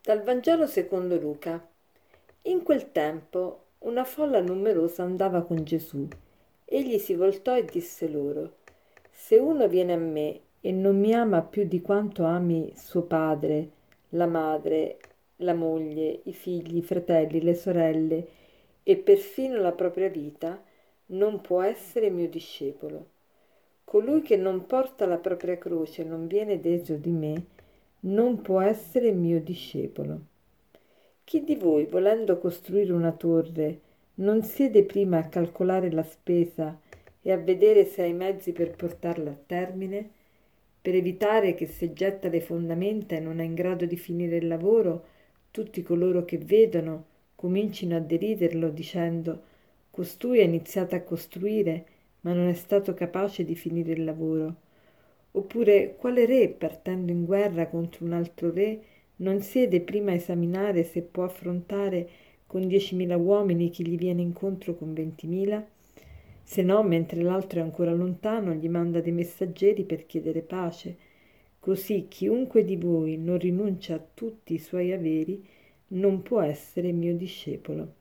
Dal Vangelo secondo Luca. In quel tempo una folla numerosa andava con Gesù. Egli si voltò e disse loro: Se uno viene a me e non mi ama più di quanto ami suo padre, la madre, la moglie, i figli, i fratelli, le sorelle e perfino la propria vita, non può essere mio discepolo. Colui che non porta la propria croce e non viene degno di me, non può essere mio discepolo. Chi di voi, volendo costruire una torre, non siede prima a calcolare la spesa e a vedere se ha i mezzi per portarla a termine, per evitare che se getta le fondamenta e non è in grado di finire il lavoro, tutti coloro che vedono comincino a deriderlo dicendo: costui ha iniziato a costruire, ma non è stato capace di finire il lavoro. Oppure quale re, partendo in guerra contro un altro re, non siede prima a esaminare se può affrontare con 10.000 uomini chi gli viene incontro con 20.000? Se no, mentre l'altro è ancora lontano, gli manda dei messaggeri per chiedere pace. Così chiunque di voi non rinuncia a tutti i suoi averi non può essere mio discepolo.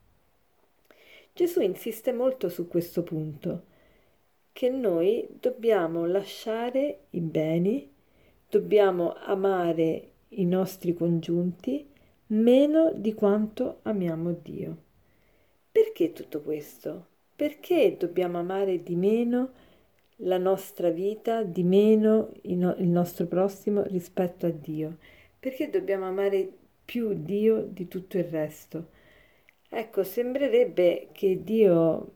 Gesù insiste molto su questo punto, che noi dobbiamo lasciare i beni, dobbiamo amare i nostri congiunti meno di quanto amiamo Dio. Perché tutto questo? Perché dobbiamo amare di meno la nostra vita, di meno il nostro prossimo rispetto a Dio? Perché dobbiamo amare più Dio di tutto il resto? Ecco, sembrerebbe che Dio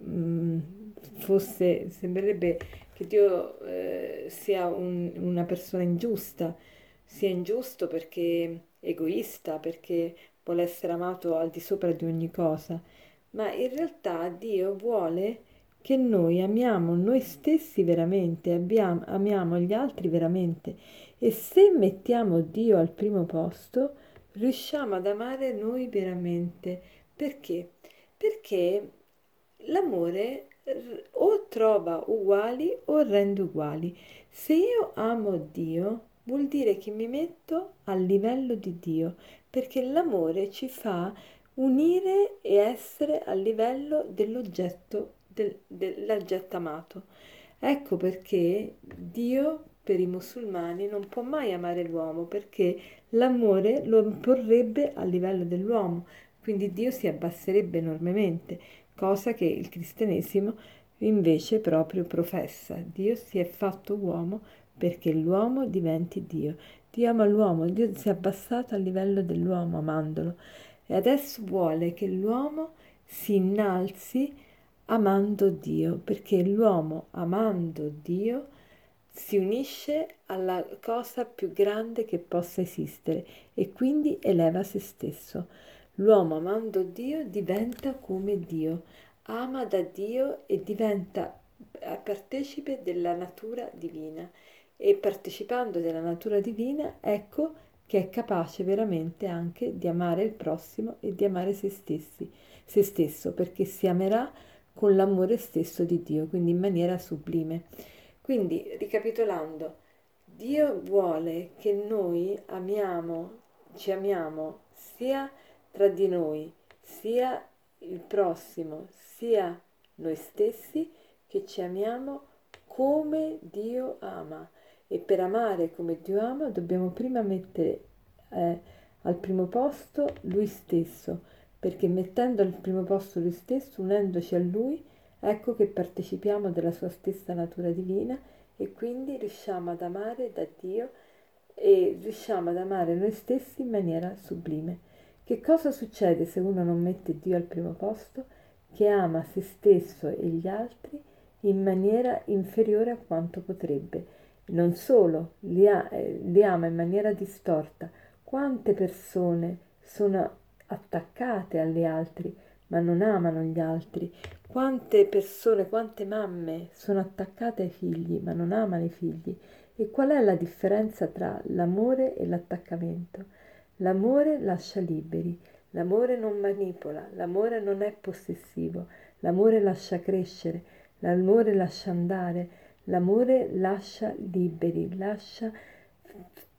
sembrerebbe che Dio sia una persona ingiusta, sia ingiusto perché egoista, perché vuole essere amato al di sopra di ogni cosa, ma in realtà Dio vuole che noi amiamo noi stessi veramente, amiamo gli altri veramente e se mettiamo Dio al primo posto, riusciamo ad amare noi veramente. Perché? Perché l'amore o trova uguali o rende uguali. Se io amo Dio, vuol dire che mi metto al livello di Dio, perché l'amore ci fa unire e essere al livello dell'oggetto, dell'oggetto amato. Ecco perché Dio per i musulmani non può mai amare l'uomo, perché l'amore lo porrebbe al livello dell'uomo, quindi Dio si abbasserebbe enormemente, cosa che il cristianesimo invece proprio professa. Dio si è fatto uomo perché l'uomo diventi Dio. Dio ama l'uomo, Dio si è abbassato al livello dell'uomo amandolo e adesso vuole che l'uomo si innalzi amando Dio, perché l'uomo amando Dio si unisce alla cosa più grande che possa esistere e quindi eleva se stesso. L'uomo amando Dio diventa come Dio, ama da Dio e diventa partecipe della natura divina e partecipando della natura divina ecco che è capace veramente anche di amare il prossimo e di amare se stesso, perché si amerà con l'amore stesso di Dio, quindi in maniera sublime. Quindi, ricapitolando, Dio vuole che noi ci amiamo sia tra di noi, sia il prossimo, sia noi stessi, che ci amiamo come Dio ama. E per amare come Dio ama dobbiamo prima mettere al primo posto Lui stesso, perché mettendo al primo posto Lui stesso, unendoci a Lui, ecco che partecipiamo della sua stessa natura divina e quindi riusciamo ad amare da Dio e riusciamo ad amare noi stessi in maniera sublime. Che cosa succede se uno non mette Dio al primo posto? Che ama se stesso e gli altri in maniera inferiore a quanto potrebbe. Non solo, li ama in maniera distorta. Quante persone sono attaccate agli altri, ma non amano gli altri? Quante persone, quante mamme sono attaccate ai figli, ma non amano i figli? E qual è la differenza tra l'amore e l'attaccamento? L'amore lascia liberi, l'amore non manipola, l'amore non è possessivo, l'amore lascia crescere, l'amore lascia andare, l'amore lascia liberi, lascia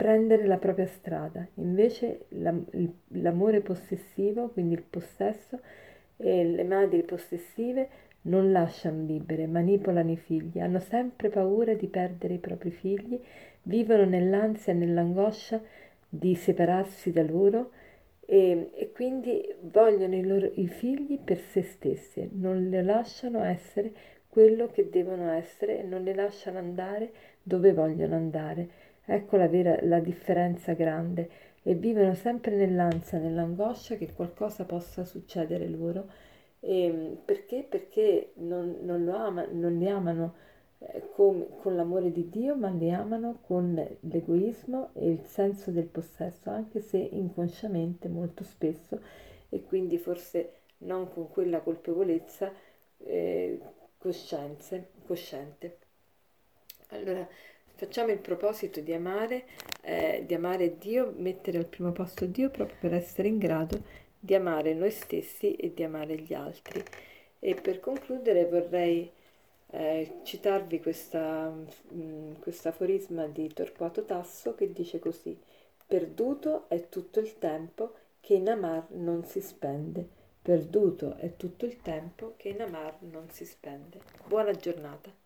prendere la propria strada. Invece l'amore possessivo, quindi il possesso, e le madri possessive non lasciano libere, manipolano i figli, hanno sempre paura di perdere i propri figli, vivono nell'ansia e nell'angoscia di separarsi da loro e quindi vogliono i figli per se stessi, non le lasciano essere quello che devono essere e non le lasciano andare dove vogliono andare. Ecco la differenza grande e vivono sempre nell'ansia, nell'angoscia che qualcosa possa succedere loro. Perché? Perché non li amano con l'amore di Dio, ma li amano con l'egoismo e il senso del possesso, anche se inconsciamente molto spesso, e quindi forse non con quella colpevolezza eh, cosciente. Allora, facciamo il proposito di amare Dio, mettere al primo posto Dio proprio per essere in grado di amare noi stessi e di amare gli altri. E per concludere vorrei citarvi questo aforisma di Torquato Tasso che dice così: perduto è tutto il tempo che in amar non si spende. Perduto è tutto il tempo che in amar non si spende. Buona giornata.